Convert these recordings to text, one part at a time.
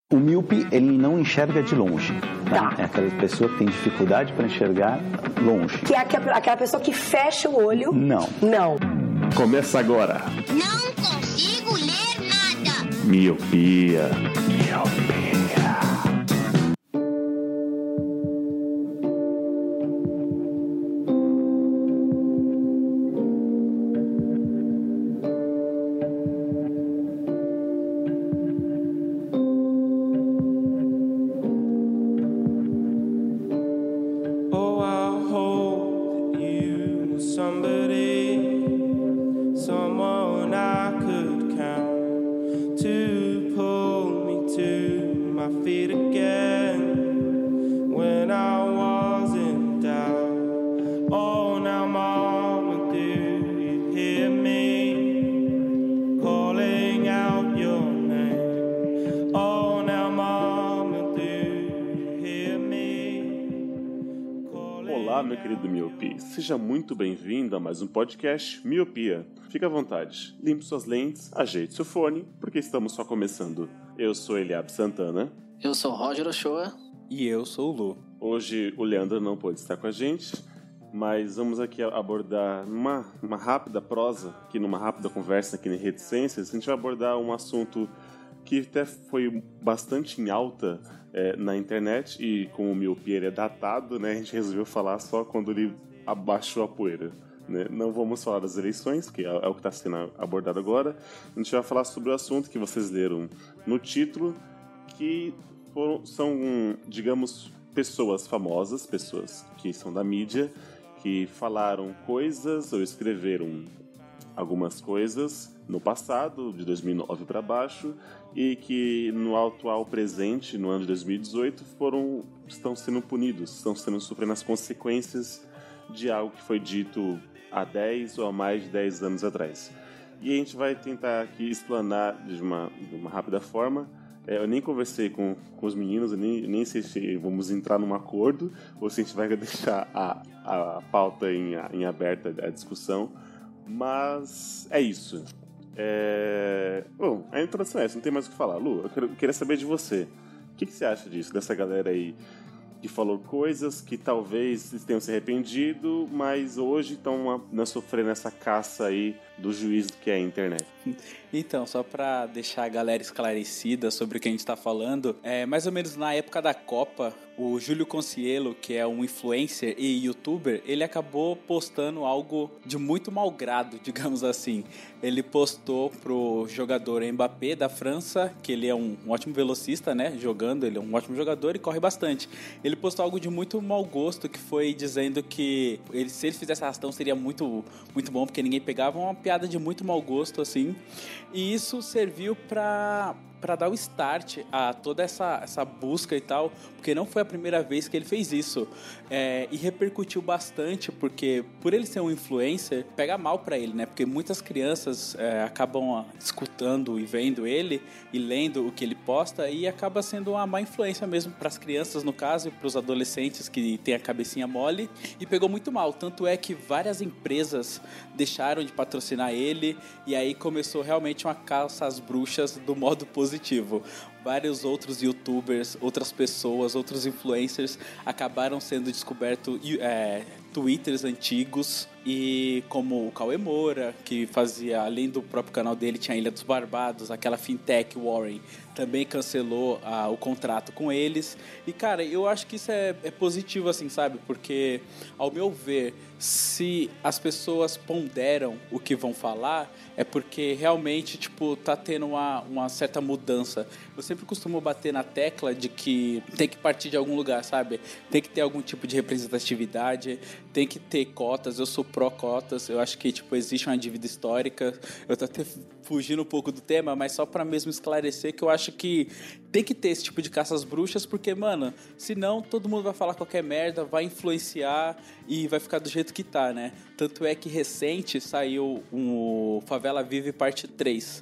O míope, ele não enxerga de longe. Tá? Tá. É aquela pessoa que tem dificuldade para enxergar longe. Que é aquela pessoa que fecha o olho. Não. Não. Começa agora. Não consigo ler nada. Miopia. Oh, I hope that you were someone I could count to pull me to my feet again when I was in doubt. Oh, now, Mama, do you hear me calling out your name? Oh, now, Mama, do you hear me calling Olá, meu querido Miopi. Seja muito bem-vindo a mais um podcast Miopia. Fique à vontade, limpe suas lentes, ajeite seu fone, porque estamos só começando. Eu sou Eliab Santana. Eu sou Roger Ochoa. E eu sou o Lu. Hoje o Leandro não pôde estar com a gente, mas vamos aqui abordar numa rápida prosa, aqui numa rápida conversa aqui em Reticências, a gente vai abordar um assunto que até foi bastante em alta na internet, e como o Miopia ele é datado, né, a gente resolveu falar só quando ele abaixou a poeira. Né? Não vamos falar das eleições, que é o que está sendo abordado agora. A gente vai falar sobre o assunto que vocês leram no título, que são, digamos, pessoas famosas, pessoas que são da mídia, que falaram coisas ou escreveram algumas coisas no passado, de 2009 para baixo, e que no atual presente, no ano de 2018, estão sendo punidos, estão sofrendo as consequências de algo que foi dito há 10 ou há mais de 10 anos atrás. E a gente vai tentar aqui explanar de uma rápida forma. Eu nem conversei com os meninos, eu nem sei se vamos entrar num acordo ou se a gente vai deixar a pauta em aberta, a discussão. Mas é isso. Bom, a introdução é essa, não tem mais o que falar. Lu, eu queria saber de você. O que você acha disso, dessa galera aí que falou coisas que talvez tenham se arrependido, mas hoje estão sofrendo essa caça aí do juízo que é a internet? Então, só pra deixar a galera esclarecida sobre o que a gente tá falando, mais ou menos na época da Copa, o Júlio Concielo, que é um influencer e youtuber, ele acabou postando algo de muito mau grado, digamos assim. Ele postou pro jogador Mbappé da França, que ele é um ótimo velocista, né, jogando, ele é um ótimo jogador e corre bastante. Ele postou algo de muito mau gosto, que foi dizendo que se ele fizesse arrastão seria muito, muito bom, porque ninguém pegava, uma piada de muito mau gosto, assim. E isso serviu pra dar o start a toda essa busca e tal, porque não foi a primeira vez que ele fez isso. E repercutiu bastante, porque por ele ser um influencer, pega mal pra ele, né? Porque muitas crianças acabam escutando e vendo ele e lendo o que ele posta, e acaba sendo uma má influência mesmo pras crianças, no caso, e pros adolescentes que têm a cabecinha mole, e pegou muito mal. Tanto é que várias empresas deixaram de patrocinar ele, e aí começou realmente uma caça às bruxas do modo positivo. Vários outros youtubers, outras pessoas, outros influencers acabaram sendo descobertos, twitters antigos, e como o Cauê Moura, que fazia, além do próprio canal dele, tinha a Ilha dos Barbados, aquela fintech Warren, também cancelou o contrato com eles. E cara, eu acho que isso é positivo, assim, sabe? Porque, ao meu ver, se as pessoas ponderam o que vão falar, é porque realmente, tipo, tá tendo uma certa mudança. Eu sempre costumo bater na tecla de que tem que partir de algum lugar, sabe? Tem que ter algum tipo de representatividade, tem que ter cotas. Eu sou pró-cotas, eu acho que, tipo, existe uma dívida histórica. Eu tô até fugindo um pouco do tema, mas só pra mesmo esclarecer que eu acho que tem que ter esse tipo de caça às bruxas, porque, mano, senão todo mundo vai falar qualquer merda, vai influenciar e vai ficar do jeito que tá, né? Tanto é que recente saiu o Favela Vive Parte 3.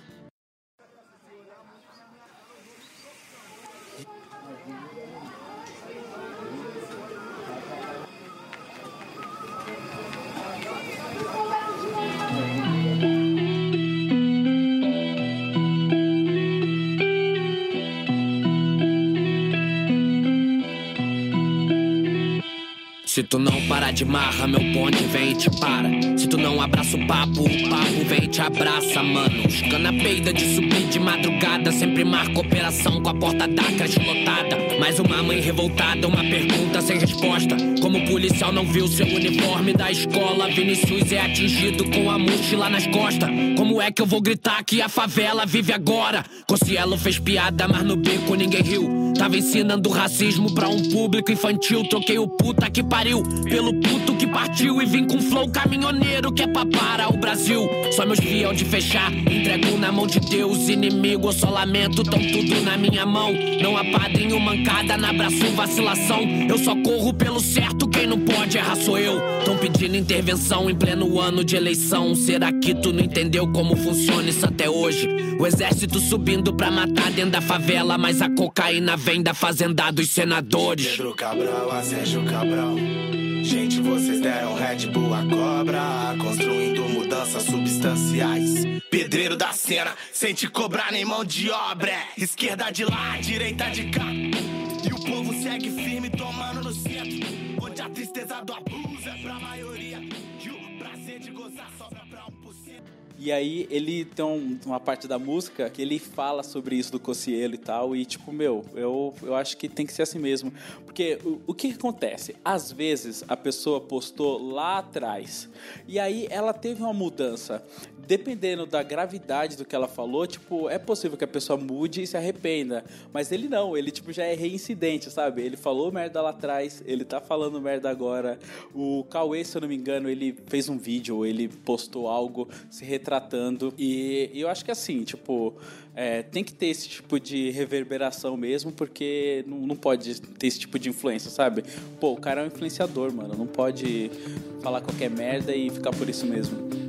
Se tu não parar de marra, meu bonde vem e te para. Se tu não abraça o papo vem e te abraça, mano. Os cana peida de subir de madrugada. Sempre marca operação com a porta da creche lotada. Mais uma mãe revoltada, uma pergunta sem resposta. Como o policial não viu seu uniforme da escola, Vinicius é atingido com a mochila nas costas. Como é que eu vou gritar que a favela vive agora? Cossielo fez piada, mas no bico ninguém riu. Tava ensinando racismo pra um público infantil. Troquei o puta que pariu pelo puto que partiu. E vim com flow caminhoneiro que é pra parar o Brasil. Só meus fiel de fechar, entrego na mão de Deus. Inimigo, eu só lamento, tão tudo na minha mão. Não há padrinho, mancada, não abraço vacilação. Eu só corro pelo certo, quem não pode errar sou eu. Tão pedindo intervenção em pleno ano de eleição. Será que tu não entendeu como funciona isso até hoje? O exército subindo pra matar dentro da favela, mas a cocaína vem da fazenda dos senadores. Pedro Cabral a Sérgio Cabral. Gente, vocês deram Red Bull à cobra, construindo mudanças substanciais. Pedreiro da cena, sem te cobrar nem mão de obra. Esquerda de lá, direita de cá. E o povo segue firme, tomando no centro. Onde a tristeza do abuso é pra maioria. E o prazer de gozar sobra pra 1%. E aí ele tem uma parte da música que ele fala sobre isso do Cossielo e tal. E tipo, eu acho que tem que ser assim mesmo. Porque o que acontece? Às vezes a pessoa postou lá atrás e aí ela teve uma mudança. Dependendo da gravidade do que ela falou, tipo, é possível que a pessoa mude e se arrependa. Mas ele não, ele tipo já é reincidente, sabe? Ele falou merda lá atrás, ele tá falando merda agora. O Cauê, se eu não me engano, ele fez um vídeo, ele postou algo se retratando. E eu acho que assim, tipo, tem que ter esse tipo de reverberação mesmo, porque não pode ter esse tipo de influência, sabe? Pô, o cara é um influenciador, mano, não pode falar qualquer merda e ficar por isso mesmo.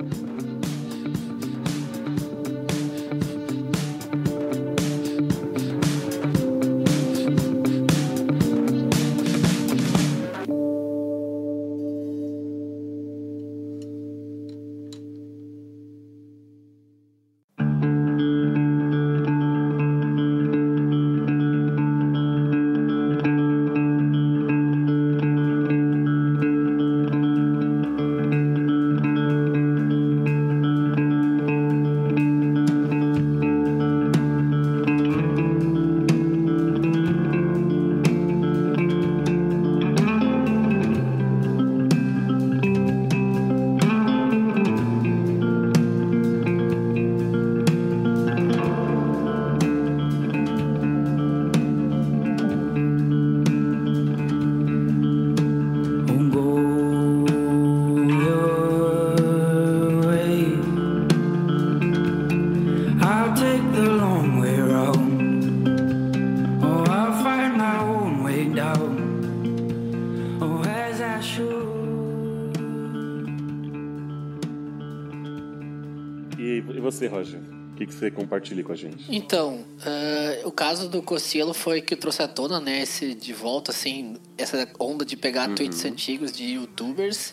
E você, Roger? O que você compartilha com a gente? Então, o caso do Cossielo foi que trouxe à tona, né, esse de volta, assim, essa onda de pegar tweets antigos de youtubers.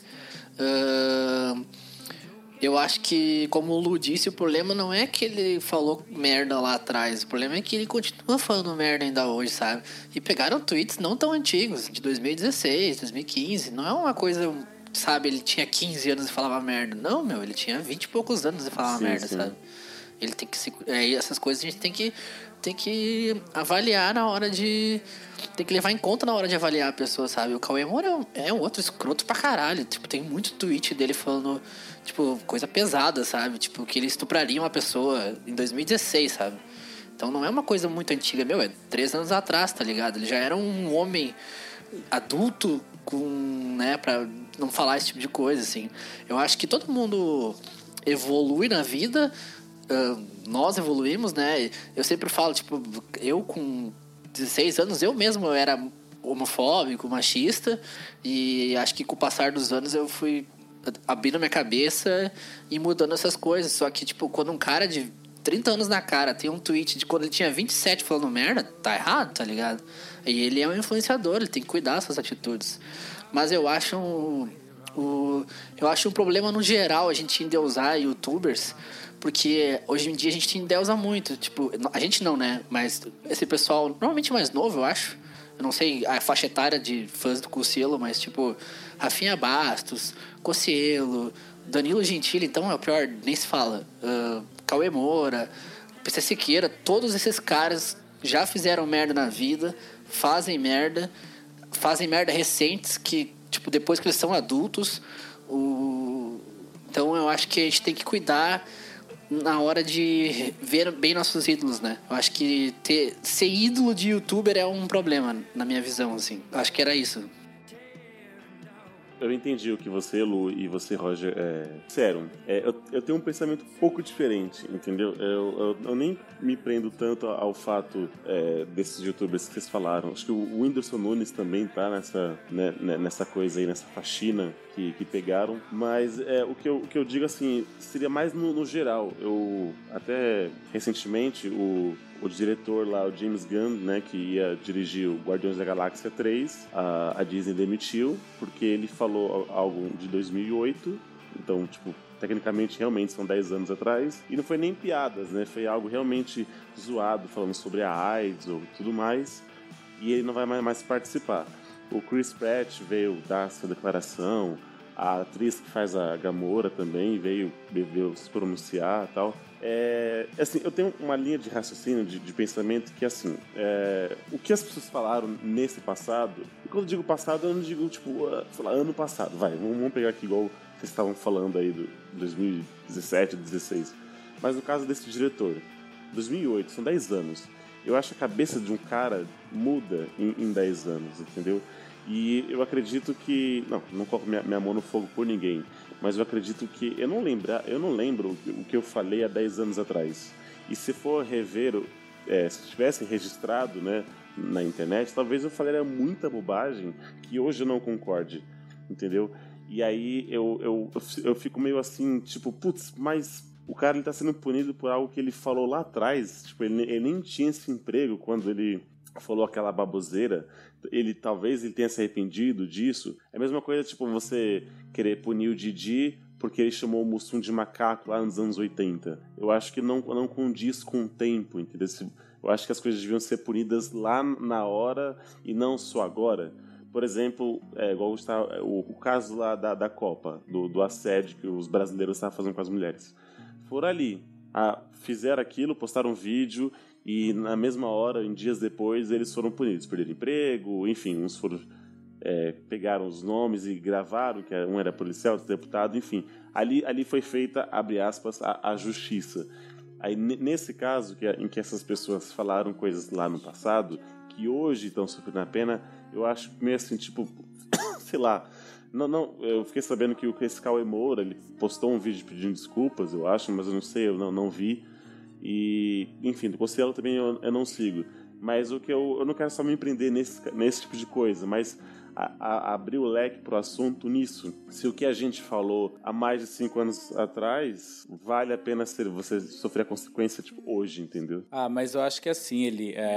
Eu acho que, como o Lu disse, o problema não é que ele falou merda lá atrás, o problema é que ele continua falando merda ainda hoje, sabe? E pegaram tweets não tão antigos, de 2016, 2015, não é uma coisa, sabe, ele tinha 15 anos e falava merda. Não, meu, ele tinha 20 e poucos anos e falava merda, sabe? Ele tem que se... essas coisas a gente tem que avaliar na hora de... Tem que levar em conta na hora de avaliar a pessoa, sabe? O Cauê Moura é um outro escroto pra caralho. Tipo, tem muito tweet dele falando, tipo, coisa pesada, sabe? Tipo, que ele estupraria uma pessoa em 2016, sabe? Então não é uma coisa muito antiga, meu, é 3 anos atrás, tá ligado? Ele já era um homem adulto com, né, pra não falar esse tipo de coisa, assim. Eu acho que todo mundo evolui na vida... nós evoluímos, né? Eu sempre falo, tipo, eu com 16 anos, eu mesmo era homofóbico, machista, e acho que com o passar dos anos eu fui abrindo minha cabeça e mudando essas coisas. Só que, tipo, quando um cara de 30 anos na cara tem um tweet de quando ele tinha 27 falando merda, tá errado, tá ligado? E ele é um influenciador, ele tem que cuidar das suas atitudes. Mas eu acho um problema no geral a gente endeusar youtubers, porque hoje em dia a gente endeusa muito. Tipo, a gente não, né? Mas esse pessoal, normalmente mais novo, eu acho, eu não sei a faixa etária de fãs do Cossielo, mas tipo, Rafinha Bastos, Cossielo, Danilo Gentili, então é o pior, nem se fala. Cauê Moura, PC Siqueira, todos esses caras já fizeram merda na vida, fazem merda recentes que, tipo, depois que eles são adultos. Então eu acho que a gente tem que cuidar na hora de ver bem nossos ídolos, né? Eu acho que ser ídolo de youtuber é um problema, na minha visão, assim. Eu acho que era isso. Eu entendi o que você, Lu, e você, Roger, disseram. Eu tenho um pensamento um pouco diferente, entendeu? Eu nem me prendo tanto ao fato desses youtubers que vocês falaram. Acho que o Whindersson Nunes também tá nessa coisa aí, nessa faxina que pegaram. Mas o que eu digo, assim, seria mais no geral. Eu, até recentemente, o diretor lá, o James Gunn, né, que ia dirigir o Guardiões da Galáxia 3, a Disney demitiu, porque ele falou algo de 2008, então, tipo, tecnicamente, realmente, são 10 anos atrás, e não foi nem piadas, né, foi algo realmente zoado, falando sobre a AIDS ou tudo mais, e ele não vai mais participar. O Chris Pratt veio dar essa declaração, a atriz que faz a Gamora também veio se pronunciar e tal. Assim, eu tenho uma linha de raciocínio, de pensamento que, assim, o que as pessoas falaram nesse passado, e quando eu digo passado, eu não digo, tipo, ano passado, vamos pegar aqui igual vocês estavam falando aí do 2017, 2016, mas no caso desse diretor, 2008, são 10 anos, eu acho que a cabeça de um cara muda em 10 anos, entendeu? E eu acredito que... Não coloco minha mão no fogo por ninguém, mas eu acredito que... Eu não lembro o que eu falei há 10 anos atrás. E se for rever... se tivesse registrado, né, na internet, talvez eu falaria muita bobagem que hoje eu não concorde, entendeu? E aí eu fico meio assim, tipo, putz, mas o cara ele tá sendo punido por algo que ele falou lá atrás. Tipo, ele nem tinha esse emprego quando ele falou aquela baboseira. Talvez ele tenha se arrependido disso. É a mesma coisa, tipo, você querer punir o Didi porque ele chamou o Mussum de macaco lá nos anos 80. Eu acho que não condiz com o tempo, entendeu? Eu acho que as coisas deviam ser punidas lá na hora e não só agora. Por exemplo, igual o caso lá da Copa, do assédio que os brasileiros estavam fazendo com as mulheres. Foram ali, fizeram aquilo, postaram um vídeo e na mesma hora, em dias depois, eles foram punidos. Perderam emprego, enfim, uns foram... pegaram os nomes e gravaram, que um era policial, outro deputado, enfim. Ali foi feita, abre aspas, a justiça. Aí, nesse caso, em que essas pessoas falaram coisas lá no passado, que hoje estão sofrendo a pena, eu acho meio assim, tipo, sei lá... Não, eu fiquei sabendo que esse Cauê Moura, ele postou um vídeo pedindo desculpas, eu acho, mas eu não sei, eu não vi. E, enfim, do Cossielo também eu não sigo. Mas o que eu não quero só me empreender nesse tipo de coisa, mas abrir o leque pro assunto nisso. Se o que a gente falou há mais de 5 anos atrás, vale a pena você sofrer a consequência, tipo, hoje, entendeu? Mas eu acho que assim,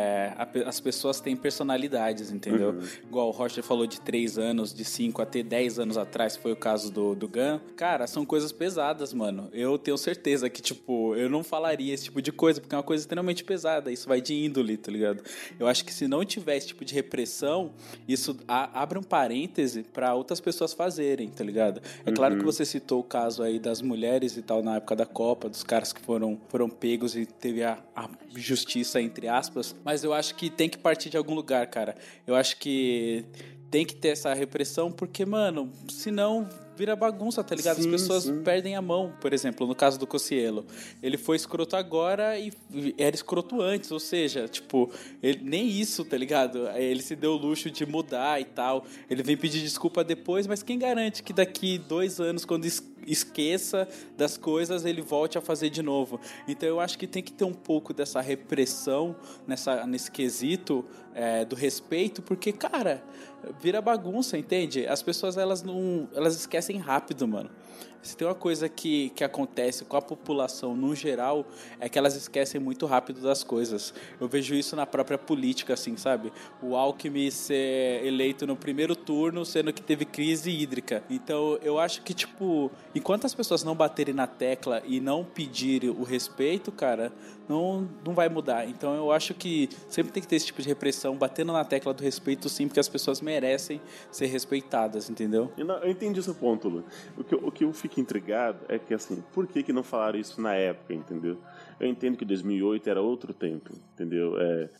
as pessoas têm personalidades, entendeu? Uhum. Igual o Roger falou de 3 anos, de 5 até 10 anos atrás, foi o caso do Gun. Cara, são coisas pesadas, mano. Eu tenho certeza que, tipo, eu não falaria esse tipo de coisa, porque é uma coisa extremamente pesada. Isso vai de índole, tá ligado? Eu acho que se não tiver esse tipo de repressão, isso abre um parêntese pra outras pessoas fazerem, tá ligado? É claro que você citou o caso aí das mulheres e tal na época da Copa, dos caras que foram pegos e teve a justiça, entre aspas, mas eu acho que tem que partir de algum lugar, cara. Eu acho que tem que ter essa repressão, porque, mano, senão vira bagunça, tá ligado? As pessoas perdem a mão. Por exemplo, no caso do Cossielo, ele foi escroto agora e era escroto antes, ou seja, tipo, nem isso, tá ligado? Ele se deu o luxo de mudar e tal, ele vem pedir desculpa depois, mas quem garante que daqui 2 anos, quando esqueça das coisas, ele volte a fazer de novo? Então eu acho que tem que ter um pouco dessa repressão nesse quesito do respeito, porque, cara, vira bagunça, entende? As pessoas, elas esquecem rápido, mano. Se tem uma coisa que acontece com a população no geral, é que elas esquecem muito rápido das coisas. Eu vejo isso na própria política, assim, sabe? O Alckmin ser eleito no primeiro turno, sendo que teve crise hídrica. Então, eu acho que, tipo, enquanto as pessoas não baterem na tecla e não pedirem o respeito, cara, não vai mudar. Então eu acho que sempre tem que ter esse tipo de repressão, batendo na tecla do respeito, sim, porque as pessoas merecem ser respeitadas, entendeu? Eu entendi o seu ponto, Lu. O que eu fico intrigado é que, assim, por que não falaram isso na época, entendeu? Eu entendo que 2008 era outro tempo, entendeu?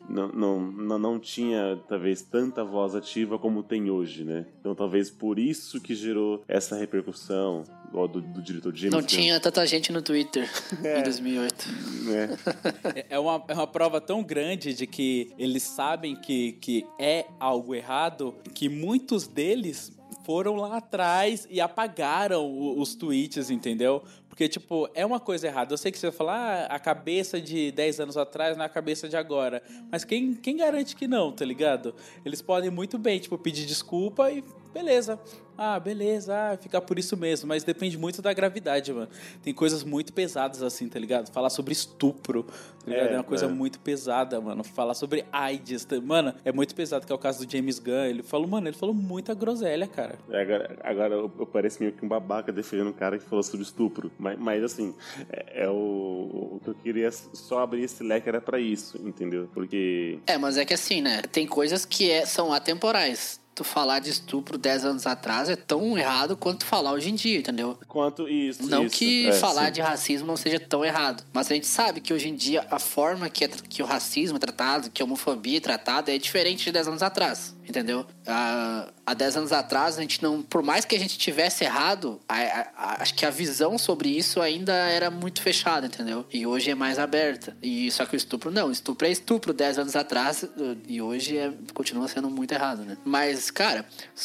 Não tinha, talvez, tanta voz ativa como tem hoje, né? Então, talvez por isso que gerou essa repercussão do diretor James Não Gunn. tinha tanta gente no Twitter em 2008. É uma prova tão grande de que eles sabem que é algo errado, que muitos deles foram lá atrás e apagaram os tweets, entendeu? Porque, tipo, é uma coisa errada. Eu sei que você vai falar, a cabeça de 10 anos atrás não é a cabeça de agora. Mas quem garante que não, tá ligado? Eles podem muito bem, tipo, pedir desculpa e beleza. Beleza, ficar por isso mesmo. Mas depende muito da gravidade, mano. Tem coisas muito pesadas assim, tá ligado? Falar sobre estupro, tá ligado? É uma coisa muito pesada, mano. Falar sobre AIDS, mano, é muito pesado, que é o caso do James Gunn. Ele falou muita groselha, cara. Agora eu pareço meio que um babaca defendendo um cara que falou sobre estupro. Mas assim, o que eu queria só abrir esse leque era pra isso, entendeu? Porque... mas é que assim, né? Tem coisas que são atemporais. Tu falar de estupro 10 anos atrás é tão errado quanto falar hoje em dia, entendeu? Quanto isso. Não isso. que falar de racismo não seja tão errado. Mas a gente sabe que hoje em dia a forma que o racismo é tratado, que a homofobia é tratada, é diferente de 10 anos atrás, entendeu? Há 10 anos atrás, a gente não... Por mais que a gente tivesse errado, acho que a visão sobre isso ainda era muito fechada, entendeu? E hoje é mais aberta. E só que o estupro não. Estupro é estupro 10 anos atrás e hoje continua sendo muito errado, né? Mas, cara,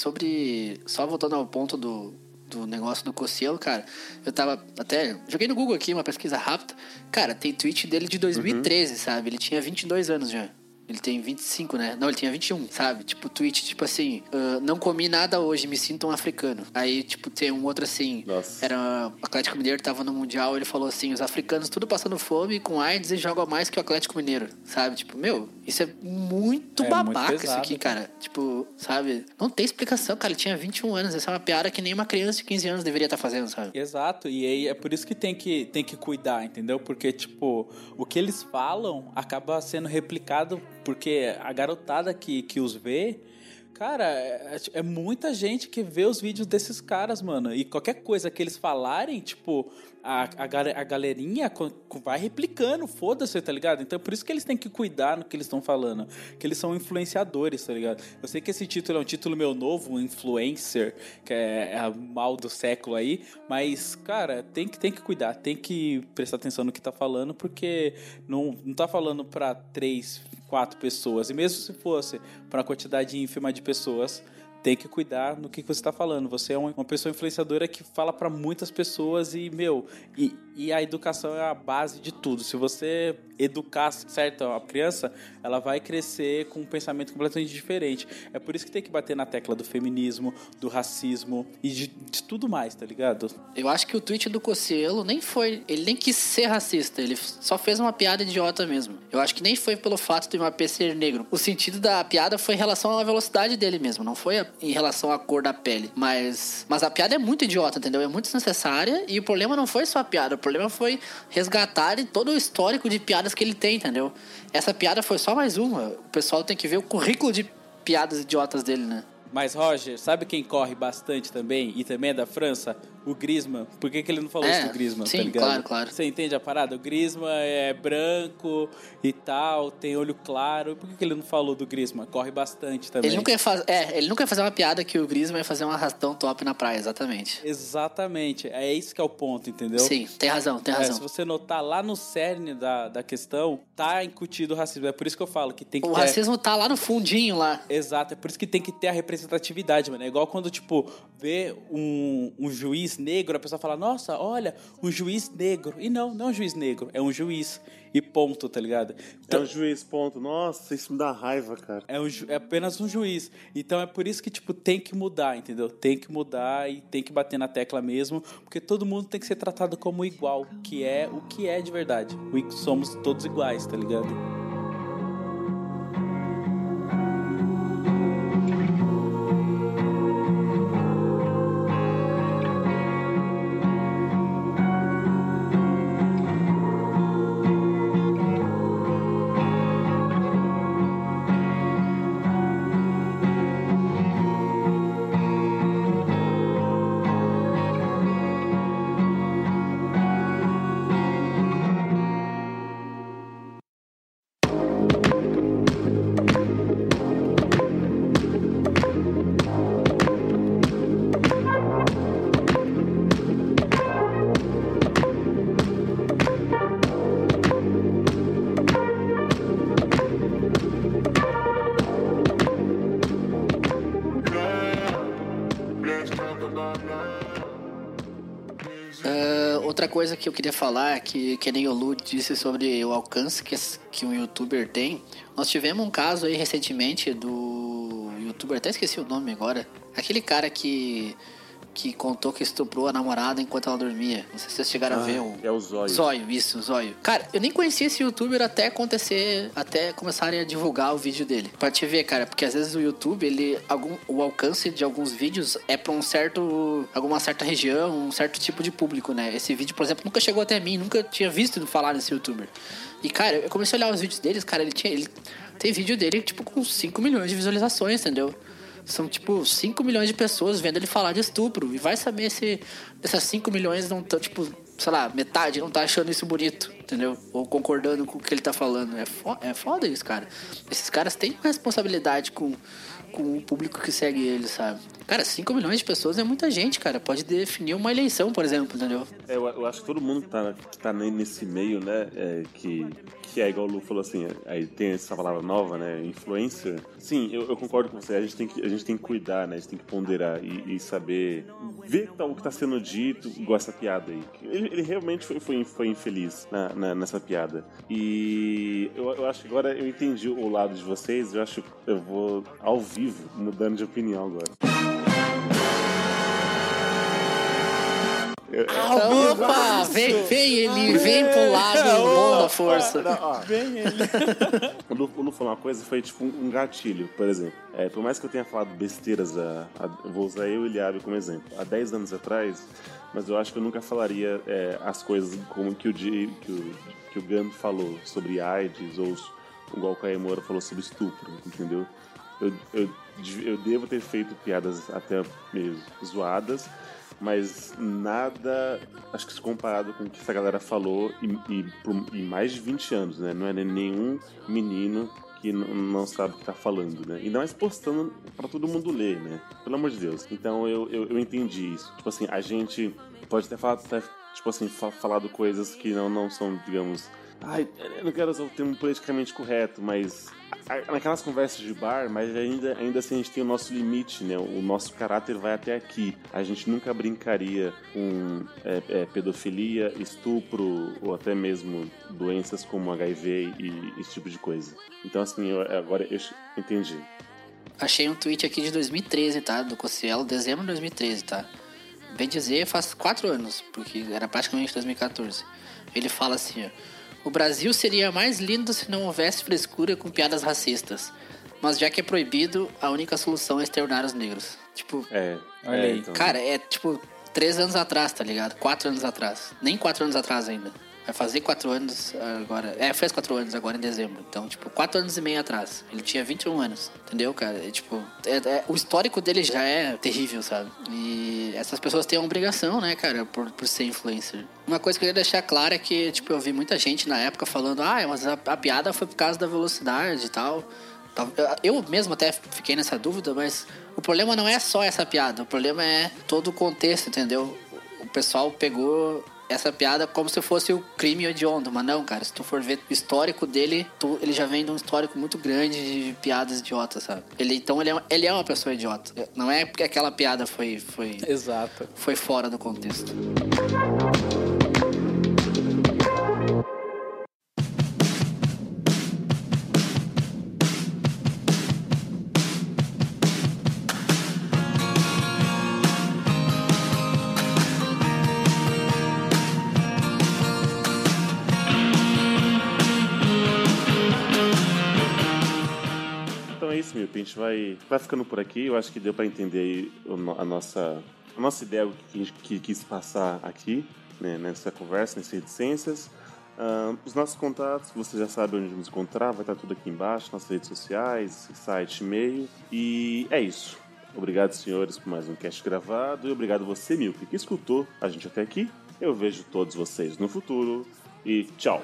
só voltando ao ponto do negócio do Cossielo, cara, eu tava até... Joguei no Google aqui uma pesquisa rápida. Cara, tem tweet dele de 2013, sabe? Ele tinha 22 anos já. Ele tem 25, né? Não, ele tinha 21, sabe? Tipo, tweet, tipo assim... não comi nada hoje, me sinto um africano. Aí, tipo, tem um outro assim... Nossa. Era... O Atlético Mineiro tava no Mundial, ele falou assim... Os africanos tudo passando fome, com AIDS e jogam mais que o Atlético Mineiro, sabe? Tipo, meu... Isso é muito babaca, muito pesado, isso aqui, cara. Tipo, sabe? Não tem explicação, cara. Ele tinha 21 anos. Essa é uma piada que nem uma criança de 15 anos deveria estar fazendo, sabe? Exato. E aí é por isso que tem que cuidar, entendeu? Porque, tipo... O que eles falam acaba sendo replicado... Porque a garotada que os vê... Cara, é muita gente que vê os vídeos desses caras, mano. E qualquer coisa que eles falarem, tipo... A galerinha vai replicando, foda-se, tá ligado? Então é por isso que eles têm que cuidar no que eles estão falando. Que eles são influenciadores, tá ligado? Eu sei que esse título é um título meu novo, um influencer, que é a mal do século aí. Mas, cara, tem que cuidar. Tem que prestar atenção no que tá falando, porque não tá falando pra 3, 4 pessoas. E mesmo se fosse pra uma quantidade ínfima de pessoas... Tem que cuidar no que você está falando. Você é uma pessoa influenciadora que fala para muitas pessoas e a educação é a base de tudo. Se você educar certo a criança, ela vai crescer com um pensamento completamente diferente. É por isso que tem que bater na tecla do feminismo, do racismo e de tudo mais, tá ligado? Eu acho que o tweet do Cossielo ele nem quis ser racista, ele só fez uma piada idiota mesmo. Eu acho que nem foi pelo fato de Mbappé ser negro. O sentido da piada foi em relação à velocidade dele mesmo, não foi em relação à cor da pele. Mas a piada é muito idiota, entendeu? É muito desnecessária e o problema não foi só a piada, o problema foi resgatar todo o histórico de piadas que ele tem, entendeu? Essa piada foi só mais uma. O pessoal tem que ver o currículo de piadas idiotas dele, né? Mas, Roger, sabe quem corre bastante também e também é da França? O Griezmann. Por que ele não falou isso do Griezmann? Sim, tá ligado? Claro. Você entende a parada? O Griezmann é branco e tal, tem olho claro. Por que ele não falou do Griezmann? Corre bastante também. Ele nunca ia fazer uma piada que o Griezmann ia fazer um arrastão top na praia, exatamente. Exatamente. É isso que é o ponto, entendeu? Sim, tem razão. Se você notar lá no cerne da questão, tá incutido o racismo. É por isso que eu falo que tem que O racismo tá lá no fundinho lá. Exato, é por isso que tem que ter a representatividade, mano. É igual quando, tipo, vê um juiz negro, a pessoa fala, nossa, olha, um juiz negro. E não é um juiz negro, é um juiz. E ponto, tá ligado? Então, é um juiz, ponto. Nossa, isso me dá raiva, cara. É apenas um juiz. Então é por isso que, tipo, tem que mudar, entendeu? Tem que mudar e tem que bater na tecla mesmo, porque todo mundo tem que ser tratado como igual, que é o que é de verdade. Somos todos iguais, tá ligado? outra coisa que eu queria falar, que nem o Lu disse sobre o alcance que um youtuber tem. Nós tivemos um caso aí recentemente do youtuber, até esqueci o nome agora. Aquele cara que contou que estuprou a namorada enquanto ela dormia. Não sei se vocês chegaram a ver. É o Zóio. Zóio. Cara, eu nem conhecia esse youtuber até começarem a divulgar o vídeo dele. Pra te ver, cara, porque às vezes o YouTube, o alcance de alguns vídeos é pra alguma certa região, um certo tipo de público, né? Esse vídeo, por exemplo, nunca chegou até mim, nunca tinha visto falar nesse youtuber. E, cara, eu comecei a olhar os vídeos deles, cara, ele tem vídeo dele, tipo, com 5 milhões de visualizações, entendeu? São, tipo, 5 milhões de pessoas vendo ele falar de estupro. E vai saber se essas 5 milhões não estão, tipo, sei lá, metade não tá achando isso bonito, entendeu? Ou concordando com o que ele tá falando. É foda isso, cara. Esses caras têm uma responsabilidade com o público que segue eles, sabe? Cara, 5 milhões de pessoas é muita gente, cara. Pode definir uma eleição, por exemplo, entendeu? Eu acho que todo mundo que tá nesse meio, né, que é igual o Lu falou assim, aí tem essa palavra nova, né, influencer. Sim, eu concordo com você, a gente tem que cuidar, né, a gente tem que ponderar e saber ver o que tá sendo dito, igual essa piada aí. Ele realmente foi infeliz nessa piada. E eu acho que agora eu entendi o lado de vocês, eu acho que eu vou ao vivo mudando de opinião agora. Opa! Vem pro lado bom da força. Vem ele. O Lu falou uma coisa, foi tipo um gatilho, por exemplo. Por mais que eu tenha falado besteiras, eu vou usar eu e o Eliabe como exemplo. Há 10 anos atrás, mas eu acho que eu nunca falaria as coisas como que o Gami falou sobre AIDS, ou igual o Caemora falou sobre estupro, entendeu? Eu devo ter feito piadas até meio zoadas, mas nada, acho que se comparado com o que essa galera falou e mais de 20 anos, né? Não é nenhum menino que não sabe o que tá falando, né? Ainda mais postando pra todo mundo ler, né? Pelo amor de Deus. Então eu entendi isso. Tipo assim, a gente pode ter falado coisas que não são, digamos... Ai, eu não quero usar o termo politicamente correto, mas naquelas conversas de bar, mas ainda assim a gente tem o nosso limite, né? O nosso caráter vai até aqui. A gente nunca brincaria com pedofilia, estupro ou até mesmo doenças como HIV e esse tipo de coisa. Então assim, agora eu entendi. Achei um tweet aqui de 2013, tá? Do Cossielo, dezembro de 2013, tá? Bem dizer, faz 4 anos, porque era praticamente 2014. Ele fala assim, ó: o Brasil seria mais lindo se não houvesse frescura com piadas racistas. Mas já que é proibido, a única solução é exterminar os negros. Tipo... olha aí. Então... Cara, é tipo 3 anos atrás, tá ligado? 4 anos atrás. Nem 4 anos atrás ainda. Vai fazer 4 anos agora. Fez 4 anos agora em dezembro. Então, tipo, 4 anos e meio atrás. Ele tinha 21 anos. Entendeu, cara? O histórico dele já é terrível, sabe? E essas pessoas têm a obrigação, né, cara, por ser influencer. Uma coisa que eu queria deixar clara é que, tipo, eu vi muita gente na época falando: mas a piada foi por causa da velocidade e tal. Eu mesmo até fiquei nessa dúvida, mas o problema não é só essa piada. O problema é todo o contexto, entendeu? O pessoal pegou essa piada como se fosse o crime hediondo, mas não, cara, se tu for ver o histórico dele, ele já vem de um histórico muito grande de piadas idiotas, sabe? Ele é uma pessoa idiota. Não é porque aquela piada foi Exato. Foi fora do contexto. É isso, Milton. A gente vai ficando por aqui. Eu acho que deu para entender aí a nossa ideia, o que a gente quis passar aqui, né, nessa conversa, nessas reticências. Os nossos contatos, você já sabe onde nos encontrar, vai estar tudo aqui embaixo, nossas redes sociais, site, e-mail. E é isso. Obrigado, senhores, por mais um cast gravado. E obrigado você, Milton, que escutou a gente até aqui. Eu vejo todos vocês no futuro. E tchau.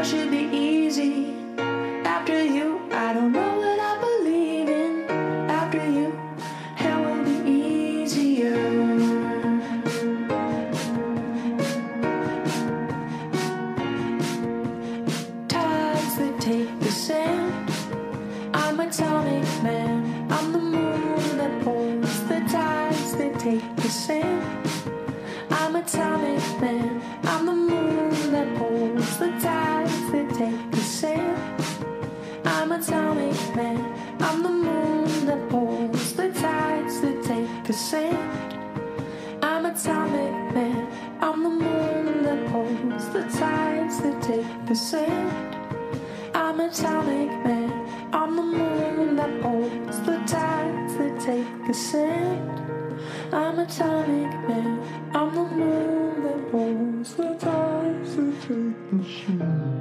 hell should be easy. After you, I don't know what I believe in. After you, hell will be easier. Tides that take the sand. I'm atomic man. I'm the moon that pulls the tides that take the sand. I'm atomic man. I'm the moon that pulls the tides that take the sand. I'm atomic man. I'm the moon that pulls the tides that take the sand. I'm atomic man. I'm the moon that pulls the tides that take the sand. I'm atomic man. I'm the moon that pulls the tides that take the sand. I'm atomic man. I'm the moon that pulls the tides that take the sand.